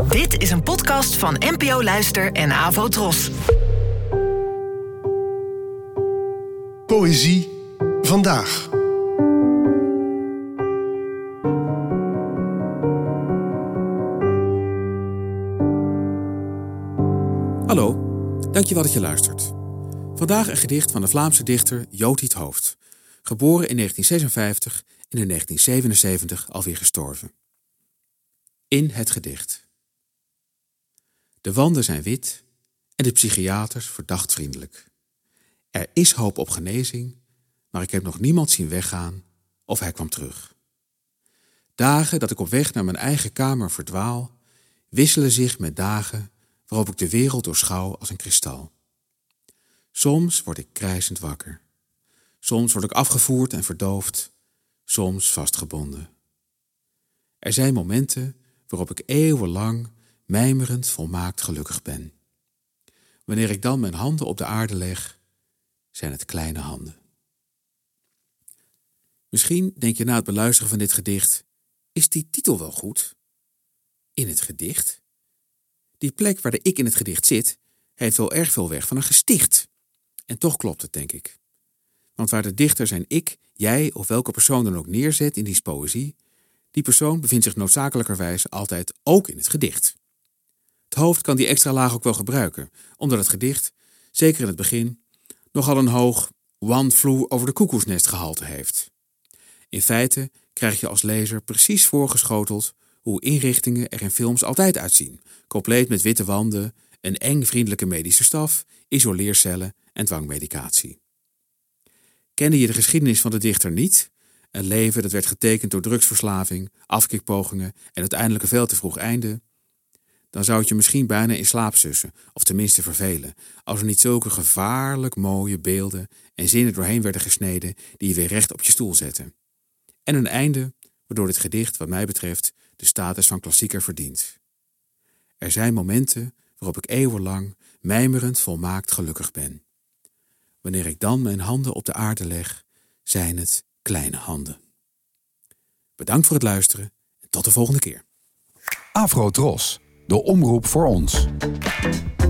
Dit is een podcast van NPO Luister en Avo Tros. Poëzie vandaag. Hallo, dankjewel dat je luistert. Vandaag een gedicht van de Vlaamse dichter Joti 't Hooft. Geboren in 1956 en in 1977 alweer gestorven. In het gedicht. De wanden zijn wit en de psychiaters verdacht vriendelijk. Er is hoop op genezing, maar ik heb nog niemand zien weggaan of hij kwam terug. Dagen dat ik op weg naar mijn eigen kamer verdwaal, wisselen zich met dagen waarop ik de wereld doorschouw als een kristal. Soms word ik krijzend wakker. Soms word ik afgevoerd en verdoofd, soms vastgebonden. Er zijn momenten waarop ik eeuwenlang mijmerend volmaakt gelukkig ben. Wanneer ik dan mijn handen op de aarde leg, zijn het kleine handen. Misschien denk je na het beluisteren van dit gedicht, is die titel wel goed? In het gedicht? Die plek waar de ik in het gedicht zit, heeft wel erg veel weg van een gesticht. En toch klopt het, denk ik. Want waar de dichter zijn ik, jij of welke persoon dan ook neerzet in die poëzie, die persoon bevindt zich noodzakelijkerwijs altijd ook in het gedicht. Het hoofd kan die extra laag ook wel gebruiken, omdat het gedicht, zeker in het begin, nogal een hoog one flew over de koekoesnest gehalte heeft. In feite krijg je als lezer precies voorgeschoteld hoe inrichtingen er in films altijd uitzien, compleet met witte wanden, een eng vriendelijke medische staf, isoleercellen en dwangmedicatie. Kende je de geschiedenis van de dichter niet? Een leven dat werd getekend door drugsverslaving, afkikpogingen en uiteindelijk een veel te vroeg einde? Dan zou het je misschien bijna in slaap sussen, of tenminste vervelen, als er niet zulke gevaarlijk mooie beelden en zinnen doorheen werden gesneden die je weer recht op je stoel zetten. En een einde waardoor dit gedicht, wat mij betreft, de status van klassieker verdient. Er zijn momenten waarop ik eeuwenlang mijmerend volmaakt gelukkig ben. Wanneer ik dan mijn handen op de aarde leg, zijn het kleine handen. Bedankt voor het luisteren en tot de volgende keer. Avo Tros, de omroep voor ons.